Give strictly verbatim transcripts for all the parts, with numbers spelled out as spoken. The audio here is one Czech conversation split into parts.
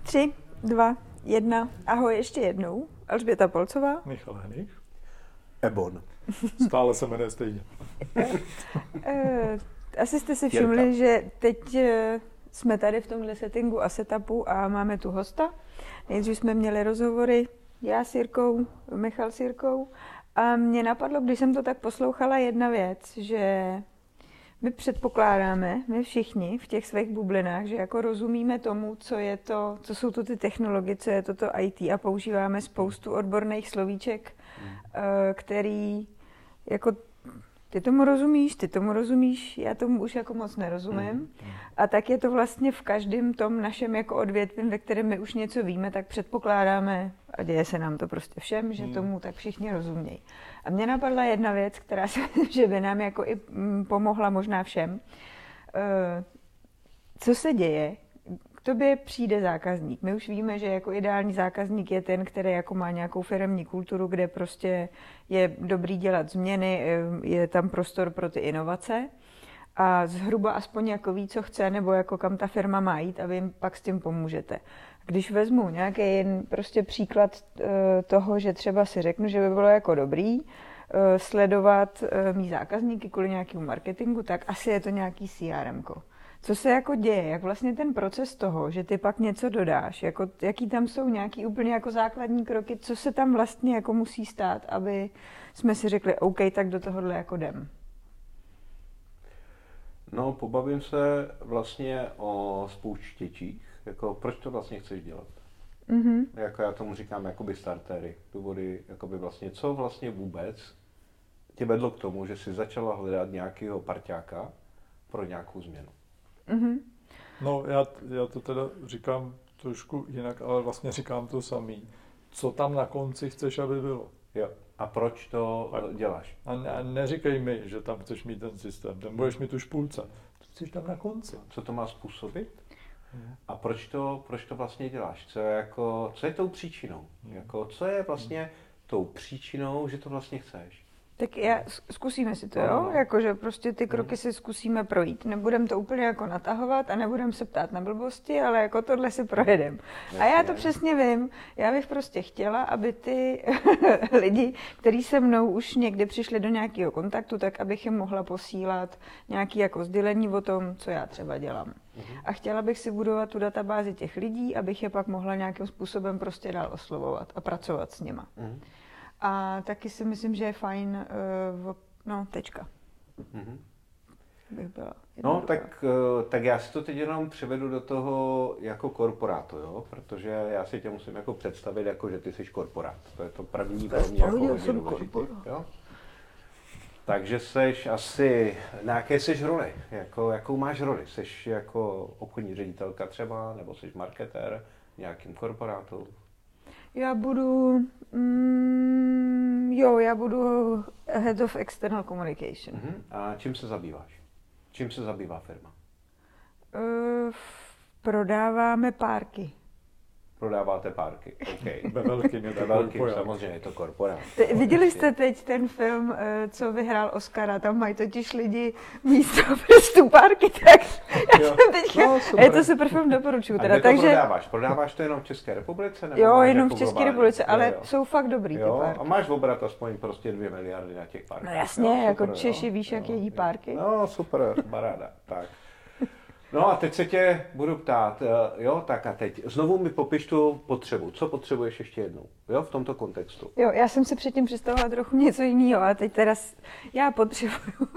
Tři, dva, jedna. Ahoj ještě jednou. Alžběta Polcová. Michal Henich. Ebon. Stále se jmenuje stejně. Asi jste si všimli, Jirka. Že teď jsme tady v tomhle settingu a setupu a máme tu hosta. Nejdřív jsme měli rozhovory já s Jirkou, Michal s Jirkou. A mě napadlo, když jsem to tak poslouchala, jedna věc, že my předpokládáme, my všichni v těch svých bublinách, že jako rozumíme tomu, co je to, co jsou to ty technologie, co je to to í té a používáme spoustu odborných slovíček, který jako ty tomu rozumíš, ty tomu rozumíš, já tomu už jako moc nerozumím. A tak je to vlastně v každém tom našem jako odvětvím, ve kterém my už něco víme, tak předpokládáme, a děje se nám to prostě všem, že tomu tak všichni rozumějí. A mě napadla jedna věc, která si myslím, že by nám jako i pomohla možná všem. Co se děje? K tobě přijde zákazník. My už víme, že jako ideální zákazník je ten, který jako má nějakou firemní kulturu, kde prostě je dobrý dělat změny, je tam prostor pro ty inovace a zhruba aspoň jako ví, co chce, nebo jako kam ta firma má jít a vy jim pak s tím pomůžete. Když vezmu nějaký jen prostě příklad toho, že třeba si řeknu, že by bylo jako dobrý sledovat mý zákazníky kvůli nějakému marketingu, tak asi je to nějaký C R M ko. Co se jako děje, jak vlastně ten proces toho, že ty pak něco dodáš, jako, jaký tam jsou nějaký úplně jako základní kroky, co se tam vlastně jako musí stát, aby jsme si řekli, OK, tak do tohohle jako jdem. No, pobavím se vlastně o spouštěčích, jako proč to vlastně chceš dělat. Mm-hmm. Jako já tomu říkám, jakoby startery, důvody, jakoby vlastně, co vlastně vůbec tě vedlo k tomu, že jsi začala hledat nějakého parťáka pro nějakou změnu. Mm-hmm. No, já, já to teda říkám trošku jinak, ale vlastně říkám to samý. Co tam na konci chceš, aby bylo? Jo. A proč to a, děláš? A, ne, a neříkej mi, že tam chceš mít ten systém, ten budeš mít tu špůlce. To chceš tam na konci. Co to má způsobit? Hmm. A proč to, proč to vlastně děláš? Co je, jako, co je tou příčinou? Hmm. Jako, co je vlastně hmm. tou příčinou, že to vlastně chceš? Tak já, zkusíme si to, jo? Jakože prostě ty kroky si zkusíme projít. Nebudeme to úplně jako natahovat a nebudeme se ptát na blbosti, ale jako tohle si projedeme. A já to přesně vím. Já bych prostě chtěla, aby ty lidi, kteří se mnou už někdy přišli do nějakého kontaktu, tak abych jim mohla posílat nějaké jako sdělení o tom, co já třeba dělám. A chtěla bych si budovat tu databázi těch lidí, abych je pak mohla nějakým způsobem prostě dál oslovovat a pracovat s nima. A taky si myslím, že je fajn, uh, no, tečka. Mm-hmm. Bych byla no, tak, uh, tak já si to teď jenom převedu do toho jako korporátu, jo? Protože já si tě musím jako představit, jako, že ty jsi korporát. To je to první pro mě jako hodně důležitý. Jo? Takže seš asi, na jaké seš roli? Jako, jakou máš roli? Seš jako obchodní ředitelka třeba, nebo seš marketér v nějakým korporátu? Já budu, mm, jo, já budu Head of External Communication. Uh-huh. A čím se zabýváš? Čím se zabývá firma? Uh, prodáváme párky. Prodáváte párky, OK. Ve velkým je to velkým, samozřejmě je to korporát. Te, viděli jste teď ten film, co vyhrál Oscara, tam mají totiž lidi místo prstů párky, tak já jsem teďka, no, je to super film, doporučuju. Teda, a kde to takže prodáváš? Prodáváš to jenom v České republice? Nebo jo, jenom jako v České globálně? republice, ale jo, jo. jsou fakt dobrý jo, ty párky. A máš obrat aspoň prostě dvě miliardy na těch párkách. No jasně, jo, jako super, Češi, jo, víš, jak jo, jedí párky. No super, baráda, tak. No a teď se tě budu ptát, jo, tak a teď znovu mi popiš tu potřebu. Co potřebuješ ještě jednou, jo, v tomto kontextu? Jo, já jsem si předtím představila trochu něco jiného, a teď teda já potřebuju,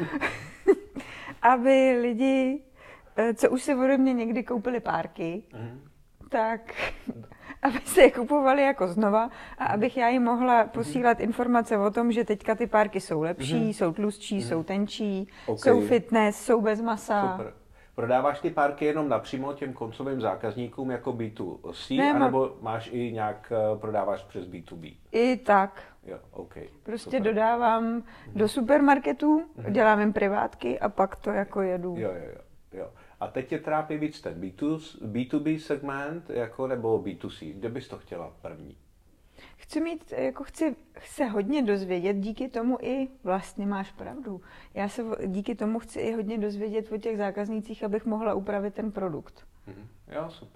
aby lidi, co už si ode mě někdy koupili párky, mm. tak aby se je kupovali jako znova a abych já jim mohla posílat mm. informace o tom, že teďka ty párky jsou lepší, mm. jsou tlustší, mm. jsou tenčí, okay. jsou fitness, jsou bez masa. Super. Prodáváš ty párky jenom napřímo těm koncovým zákazníkům jako bé dva cé, ne, anebo máš i nějak, prodáváš přes bé dva bé? I tak. Jo, okay. Prostě Super. dodávám mm-hmm. do supermarketů, mm-hmm. dělám jim privátky a pak to jako jedu. Jo, jo, jo. jo. A teď tě trápí víc ten bé dva bé segment jako, nebo bé dva cé? Kde bys to chtěla první? Chci mít, jako chci se hodně dozvědět, díky tomu i vlastně máš pravdu. Já se díky tomu chci i hodně dozvědět o těch zákaznících, abych mohla upravit ten produkt. Mm-hmm. Jo, super.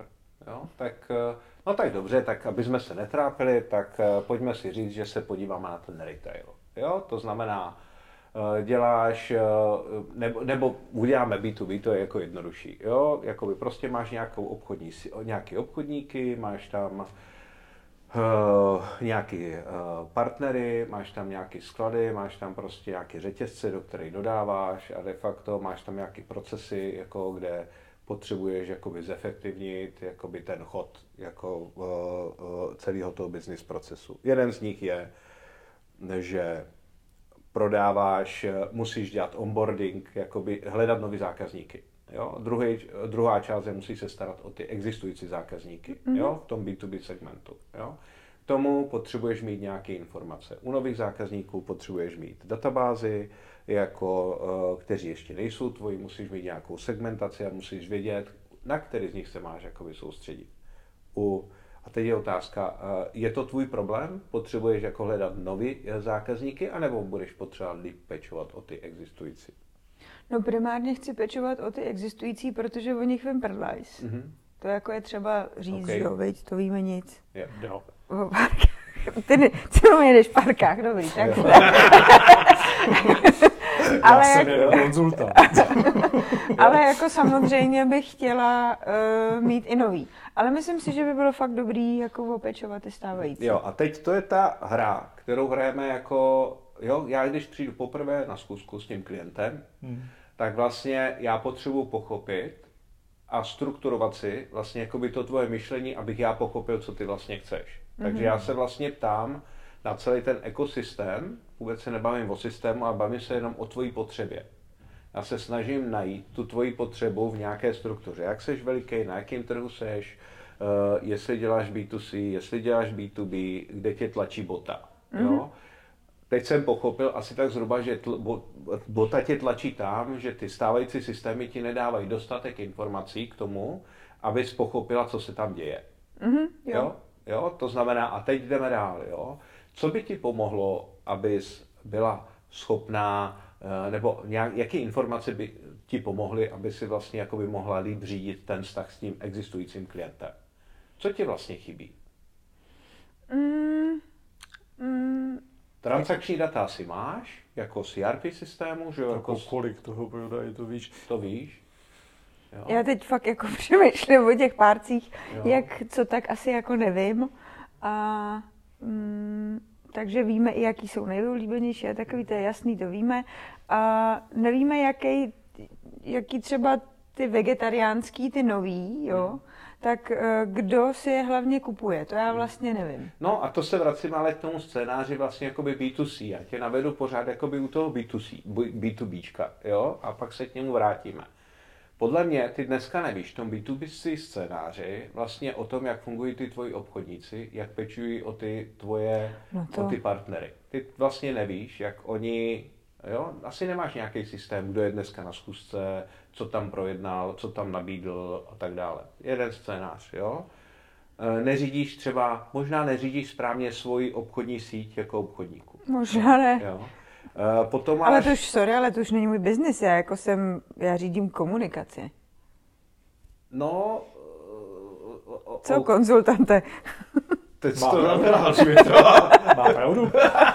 Jo? Tak, no tak dobře, tak aby jsme se netrápili, tak pojďme si říct, že se podíváme na ten retail. Jo? To znamená, děláš, nebo, nebo uděláme bé dvě bé, to je jako jednodušší. Jo? Jakoby prostě máš nějakou obchodní, nějaký obchodníky, máš tam Uh, nějaký uh, partnery, máš tam nějaký sklady, máš tam prostě nějaké řetězce, do kterých dodáváš a de facto máš tam nějaké procesy, jako kde potřebuješ jakoby zefektivnit jakoby ten chod jako uh, uh, celého toho business procesu. Jeden z nich je, že prodáváš, musíš dělat onboarding, jakoby hledat nový zákazníky. Jo? Druhý, druhá část je, musí se starat o ty existující zákazníky, mm-hmm. jo? V tom bé dvě bé segmentu. Jo? K tomu potřebuješ mít nějaké informace. U nových zákazníků potřebuješ mít databázy, jako, kteří ještě nejsou tvoji, musíš mít nějakou segmentaci a musíš vědět, na který z nich se máš jakoby soustředit. U, a teď je otázka, je to tvůj problém? Potřebuješ jako hledat nový zákazníky, anebo budeš potřebovat líp pečovat o ty existující? No primárně chci pečovat o ty existující, protože o nich vím prdlajs. Mm-hmm. To jako je třeba říct, okay. Jo, veď, to víme nic. Yeah. Jo. O parkách. Ty, ne, ty no jedeš v parkách, dobrý, tak. Ale já jsem jako, konzultant. Ale jako samozřejmě bych chtěla uh, mít i nový. Ale myslím si, že by bylo fakt dobrý jako opečovat ty stávající. Jo, a teď to je ta hra, kterou hrajeme jako, jo, já když přijdu poprvé na schůzku s tím klientem, hmm. tak vlastně já potřebuji pochopit a strukturovat si vlastně jakoby to tvoje myšlení, abych já pochopil, co ty vlastně chceš. Takže já se vlastně ptám na celý ten ekosystém, vůbec se nebavím o systému, ale bavím se jenom o tvojí potřebě. Já se snažím najít tu tvoji potřebu v nějaké struktuře. Jak seš veliký, na jakém trhu seš, uh, jestli děláš bé dvě cé, jestli děláš bé dvě bé, kde tě tlačí bota. Mm-hmm. Jo? Teď jsem pochopil asi tak zhruba, že tl, bo, bota tě tlačí tam, že ty stávající systémy ti nedávají dostatek informací k tomu, abys pochopila, co se tam děje. Mm-hmm, jo. Jo? Jo? To znamená, a teď jdeme dál. Jo? Co by ti pomohlo, abys byla schopná, nebo nějak, jaké informace by ti pomohly, aby si vlastně jakoby mohla líp řídit ten vztah s tím existujícím klientem? Co ti vlastně chybí? Mm, mm, Transakční data si máš, jako C R P systému, že jo? Jako kolik toho prodají, to víš? To víš. Jo. Já teď fakt jako přemýšlím o těch párcích, jo. Jak co tak asi jako nevím. A, mm, takže víme i, jaký jsou nejoblíbenější a takový, to je jasný, to víme. A nevíme, jaký, jaký třeba ty vegetariánský, ty nový, jo, hmm. tak kdo si je hlavně kupuje, to já vlastně nevím. No a to se vracím ale k tomu scénáři vlastně jakoby bé dvě cé. Já tě navedu pořád jakoby u toho bé dvě cé, bé dvě béčka, jo, a pak se k němu vrátíme. Podle mě ty dneska nevíš v tom bé dvě bé cé scénáři vlastně o tom, jak fungují ty tvoji obchodníci, jak pečují o ty tvoje, no to... o ty partnery. Ty vlastně nevíš, jak oni, jo, asi nemáš nějaký systém, kdo je dneska na schůzce, co tam projednal, co tam nabídl a tak dále. Jeden scénář, jo. Neřídíš třeba, možná neřídíš správně svoji obchodní síť jako obchodníku. Možná ne. Jo. Potom máš... Ale to už, sorry, ale to už není můj biznis, já jako jsem, já řídím komunikaci. No... Co, konzultante? Teď má to znamená, že to má pravdu.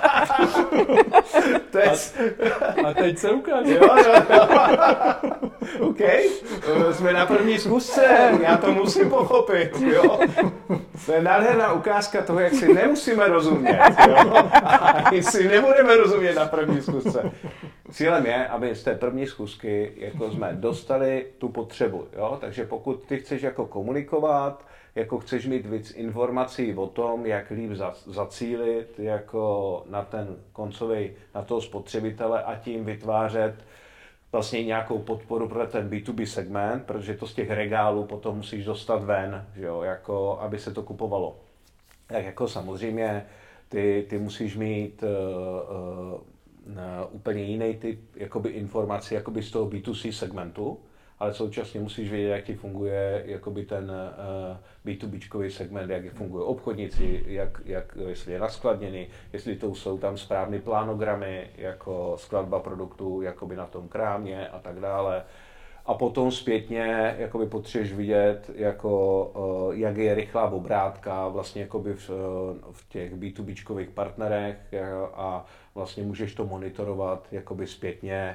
teď... A, a teď se ukáže. Jo, jo, jo. OK, jsme na první zkusce, já to musím pochopit, jo. To je nádherná ukázka toho, jak si nemusíme rozumět, jo. A si nebudeme rozumět na první zkusce. Cílem je, aby z té první zkusky jako jsme dostali tu potřebu, jo. Takže pokud ty chceš jako komunikovat, jako chceš mít víc informací o tom, jak líp zacílit jako na ten koncový, na toho spotřebitele a tím vytvářet vlastně nějakou podporu pro ten bé dvě bé segment, protože to z těch regálů potom musíš dostat ven, že jo, jako aby se to kupovalo. Tak jako samozřejmě ty, ty musíš mít uh, uh, úplně jiný typ jakoby informací jakoby z toho bé dvě cé segmentu, ale současně musíš vědět, jak ti funguje jakoby ten uh, bé dvě béčkový segment, jak fungují obchodníci, jak, jak, jestli je naskladněný, jestli to jsou tam správné plánogramy, jako skladba produktů jakoby na tom krámě a tak dále. A potom zpětně jakoby potřebuješ vidět, jako, jak je rychlá obrátka vlastně jakoby v, v těch bé dvě béčkových partnerech a vlastně můžeš to monitorovat jakoby zpětně.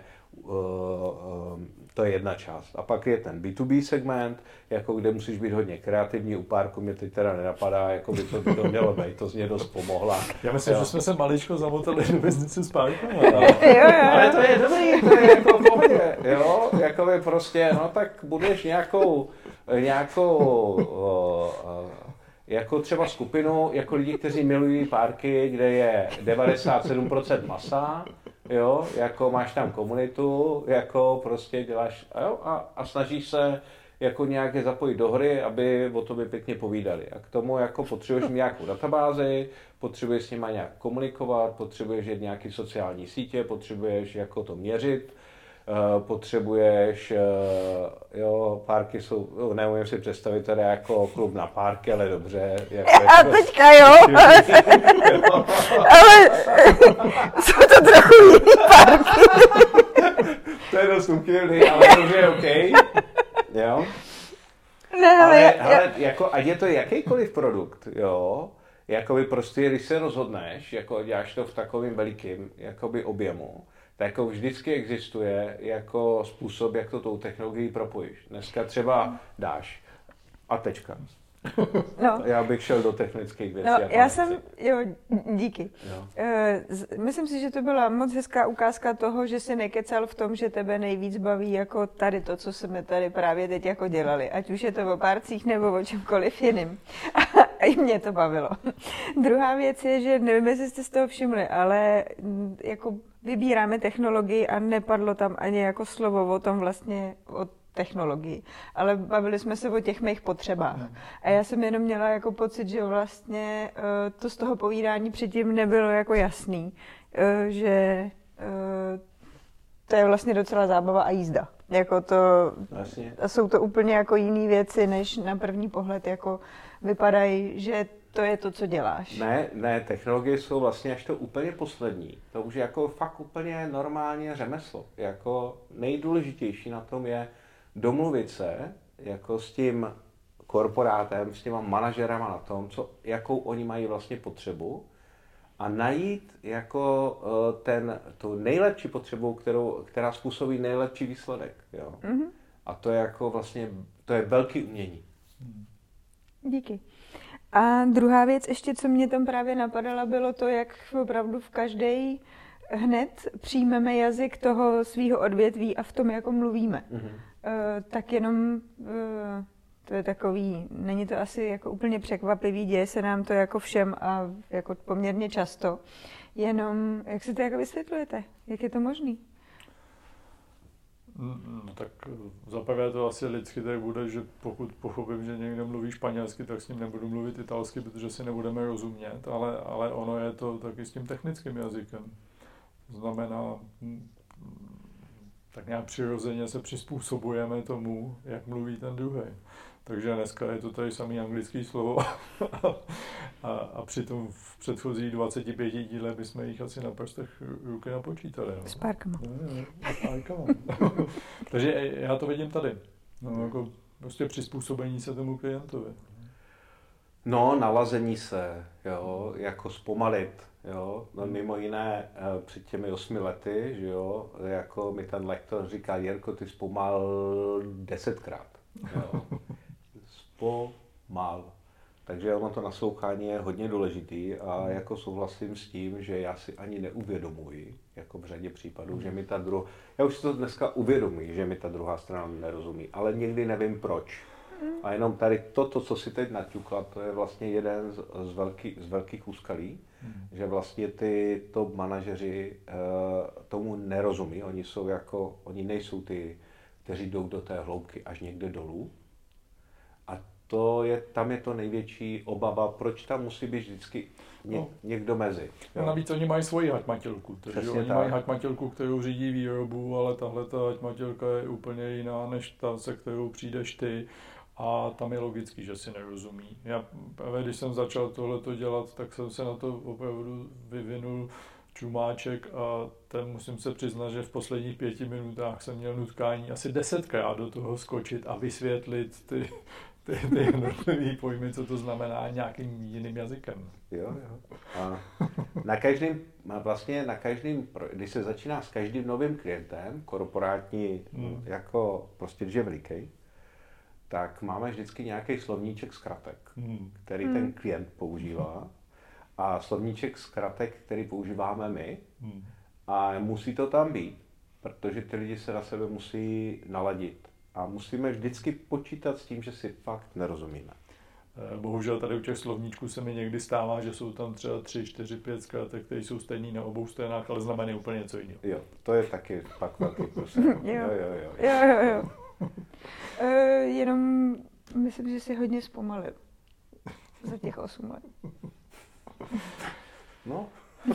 To je jedna část. A pak je ten bé dvě bé segment, jako kde musíš být hodně kreativní. U párku mě teď teda nenapadá, jako by to, by to mělo být, to z mě dost pomohla. Já myslím, jo. že jsme se maličko zamotali do biznisu s párkem. Ale... ale to je dobrý, to je jako v pohodě, jo, jako by prostě, no tak budeš nějakou, nějakou, o, o, jako třeba skupinu, jako lidi, kteří milují párky, kde je devadesát sedm procent masa, jo, jako máš tam komunitu, jako prostě děláš, a jo, a, a snažíš se jako nějak je zapojit do hry, aby o tobě pěkně povídali. A k tomu jako potřebuješ mít nějakou databázi, potřebuješ s nima nějak komunikovat, potřebuješ jít nějaký sociální sítě, potřebuješ jako to měřit, uh, potřebuješ, uh, jo, párky jsou, jo, neumím si představit teda jako klub na párky, ale dobře. Jako, a jako, teďka jo, ale jsou to trochu jiný párky. To je dost úchylný, ale dobře je okej. Jo? Ne, ale, ale, já, ale jako, ať je to jakýkoliv produkt, jo, jakoby prostě, když se rozhodneš, jako děláš to v takovým velikým jakoby objemu, tak jako vždycky existuje jako způsob, jak to tou technologií propojíš. Dneska třeba dáš a tečka. No. Já bych šel do technických věcí. No, jako já jsem, jo, díky. Jo. Uh, myslím si, že to byla moc hezká ukázka toho, že jsi nekecal v tom, že tebe nejvíc baví jako tady to, co jsme tady právě teď jako dělali. Ať už je to o párcích nebo o čemkoliv jiným. A i mě to bavilo. Druhá věc je, že nevím, jestli jste z toho všimli, ale jako vybíráme technologii a nepadlo tam ani jako slovo o tom vlastně, o technologii, ale bavili jsme se o těch mých potřebách. A já jsem jenom měla jako pocit, že vlastně uh, to z toho povídání předtím nebylo jako jasný, uh, že uh, to je vlastně docela zábava a jízda. Jako to, vlastně. A jsou to úplně jako jiné věci, než na první pohled jako vypadají, že to je to, co děláš. Ne, ne, technologie jsou vlastně až to úplně poslední. To už je jako fakt úplně normálně řemeslo. Jako nejdůležitější na tom je domluvit se jako s tím korporátem, s těma manažerama na tom, co, jakou oni mají vlastně potřebu a najít jako ten, tu nejlepší potřebu, kterou, která způsobí nejlepší výsledek. Jo? Mm-hmm. A to je jako vlastně, to je velký umění. Díky. A druhá věc ještě, co mě tam právě napadala, bylo to, jak opravdu v každé hned přijmeme jazyk toho svého odvětví a v tom, jako mluvíme. Mm-hmm. Uh, tak jenom, uh, to je takový, není to asi jako úplně překvapivý, děje se nám to jako všem a jako poměrně často. Jenom, jak si to jako vysvětlujete? Jak je to možný? No, tak zaprvé to asi lidsky tak bude, že pokud pochopím, že někdo mluví španělsky, tak s ním nebudu mluvit italsky, protože si nebudeme rozumět, ale, ale ono je to taky s tím technickým jazykem. To znamená, tak nějak přirozeně se přizpůsobujeme tomu, jak mluví ten druhý. Takže dneska je to tady samý anglický slovo a, a přitom v předchozích dvaceti pěti díle bychom jich asi na prstech ruky napočítali. No. S párkama. No, s párkama. Takže já to vidím tady. No, jako prostě přizpůsobení se tomu klientovi. No, nalazení se, jo, jako zpomalit, jo, no, mimo jiné před těmi osmi lety, že jo, jako mi ten lektor říká, Jirko, ty zpomal desetkrát, jo, zpomal. Takže ono to naslouchání je hodně důležitý a jako souhlasím s tím, že já si ani neuvědomuji, jako v řadě případů, že mi ta druhá, já už si to dneska uvědomuji, že mi ta druhá strana nerozumí, ale někdy nevím proč. A jenom tady toto, co si teď naťukla, to je vlastně jeden z, z, velký, z velkých úskalí, hmm. že vlastně ty top manažeři uh, tomu nerozumí, oni jsou jako, oni nejsou ty, kteří jdou do té hloubky až někde dolů. A to je, tam je to největší obava, proč tam musí být vždycky ně, no. někdo mezi. Jo? A navíc oni mají svoji haťmatilku, takže oni tak. mají haťmatilku, kterou řídí výrobu, ale tahle ta haťmatilka je úplně jiná, než ta, se kterou přijdeš ty. A tam je logický, že si nerozumí. Já právě když jsem začal tohleto dělat, tak jsem se na to opravdu vyvinul čumáček a ten musím se přiznat, že v posledních pěti minutách jsem měl nutkání asi desetkrát do toho skočit a vysvětlit ty, ty, ty jednotlivé pojmy, co to znamená nějakým jiným jazykem. Jo, jo. A na každém, vlastně na každém, když se začíná s každým novým klientem, korporátní, hmm. jako prostě, když je veliký, tak máme vždycky nějaký slovníček zkratek, hmm. který hmm. ten klient používá. A slovníček zkratek, který používáme my. Hmm. A musí to tam být, protože ty lidi se na sebe musí naladit. A musíme vždycky počítat s tím, že si fakt nerozumíme. Bohužel tady u těch slovníčků se mi někdy stává, že jsou tam třeba tři, čtyři, pět zkratek, které jsou stejný na obou stranách, ale znamenají úplně něco jiného. Jo, to je taky pak velký prostě. jo. jo, jo, jo. jo, jo, jo. uh, jenom myslím, že si hodně zpomalil za těch osm let. No.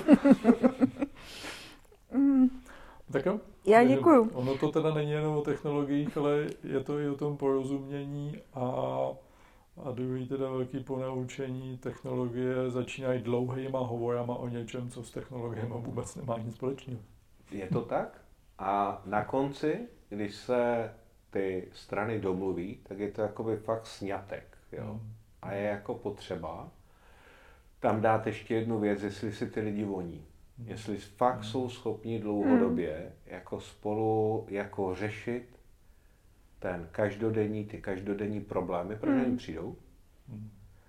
mm. Tak jo. Já děkuju. Ono to teda není jenom o technologiích, ale je to i o tom porozumění a, a druhý teda velký ponaučení. Technologie začínají dlouhýma hovorama o něčem, co s technologiemi vůbec nemá nic společného. Je to tak? A na konci, když se ty strany domluví, tak je to jakoby fakt sňatek. Jo? Hmm. A je jako potřeba tam dát ještě jednu věc, jestli si ty lidi voní. Jestli fakt mm. jsou schopni dlouhodobě mm. jako spolu jako řešit ten každodenní, ty každodenní problémy, protože mm. jim přijdou. Mm.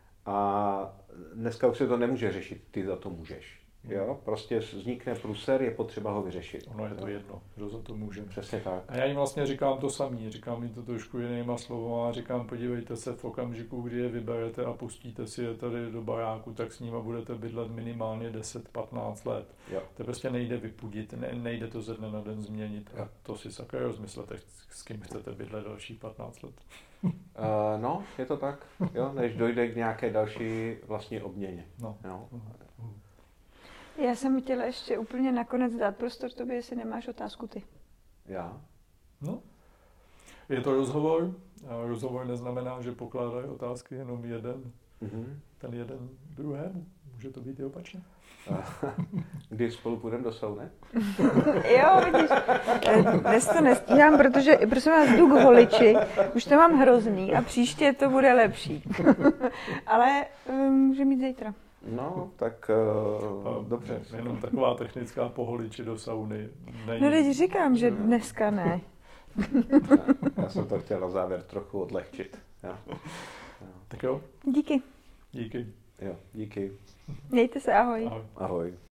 A dneska už se to nemůže řešit, ty za to můžeš. Jo? Prostě vznikne průser, je potřeba ho vyřešit. Ono je to jedno, kdo za to může. Přesně tak. A já jim vlastně říkám to samý, říkám jim to trošku jinýma slovama, říkám, podívejte se v okamžiku, kdy je vyberete a pustíte si je tady do baráku, tak s nima budete bydlet minimálně deset patnáct let. Jo. To prostě nejde vypudit, ne, nejde to ze dne na den změnit. Jo. A to si sakra rozmyslete, s kým chcete bydlet další patnáct let. uh, no, je to tak, jo, než dojde k nějaké další vlastní obměně. No. Jo. Já jsem chtěla ještě úplně nakonec dát prostor tobě, jestli nemáš otázku ty. Já? No. Je to rozhovor. A rozhovor neznamená, že pokládají otázky jenom jeden. Mm-hmm. Ten jeden druhému. Může to být i opačně. Když spolu půjdeme do sauny? Jo, vidíš. Dnes to nestíhám, protože prosím vás, jdu k holiči. Už to mám hrozný a příště to bude lepší. Ale může mít zítra. No, tak uh, dobře. Jenom taková technická poholiči do sauny. Není. No teď říkám, že dneska ne. Já jsem to chtěl na závěr trochu odlehčit. Ja. Tak jo. Díky. Díky. Jo, díky. Mějte se, ahoj. Ahoj. Ahoj.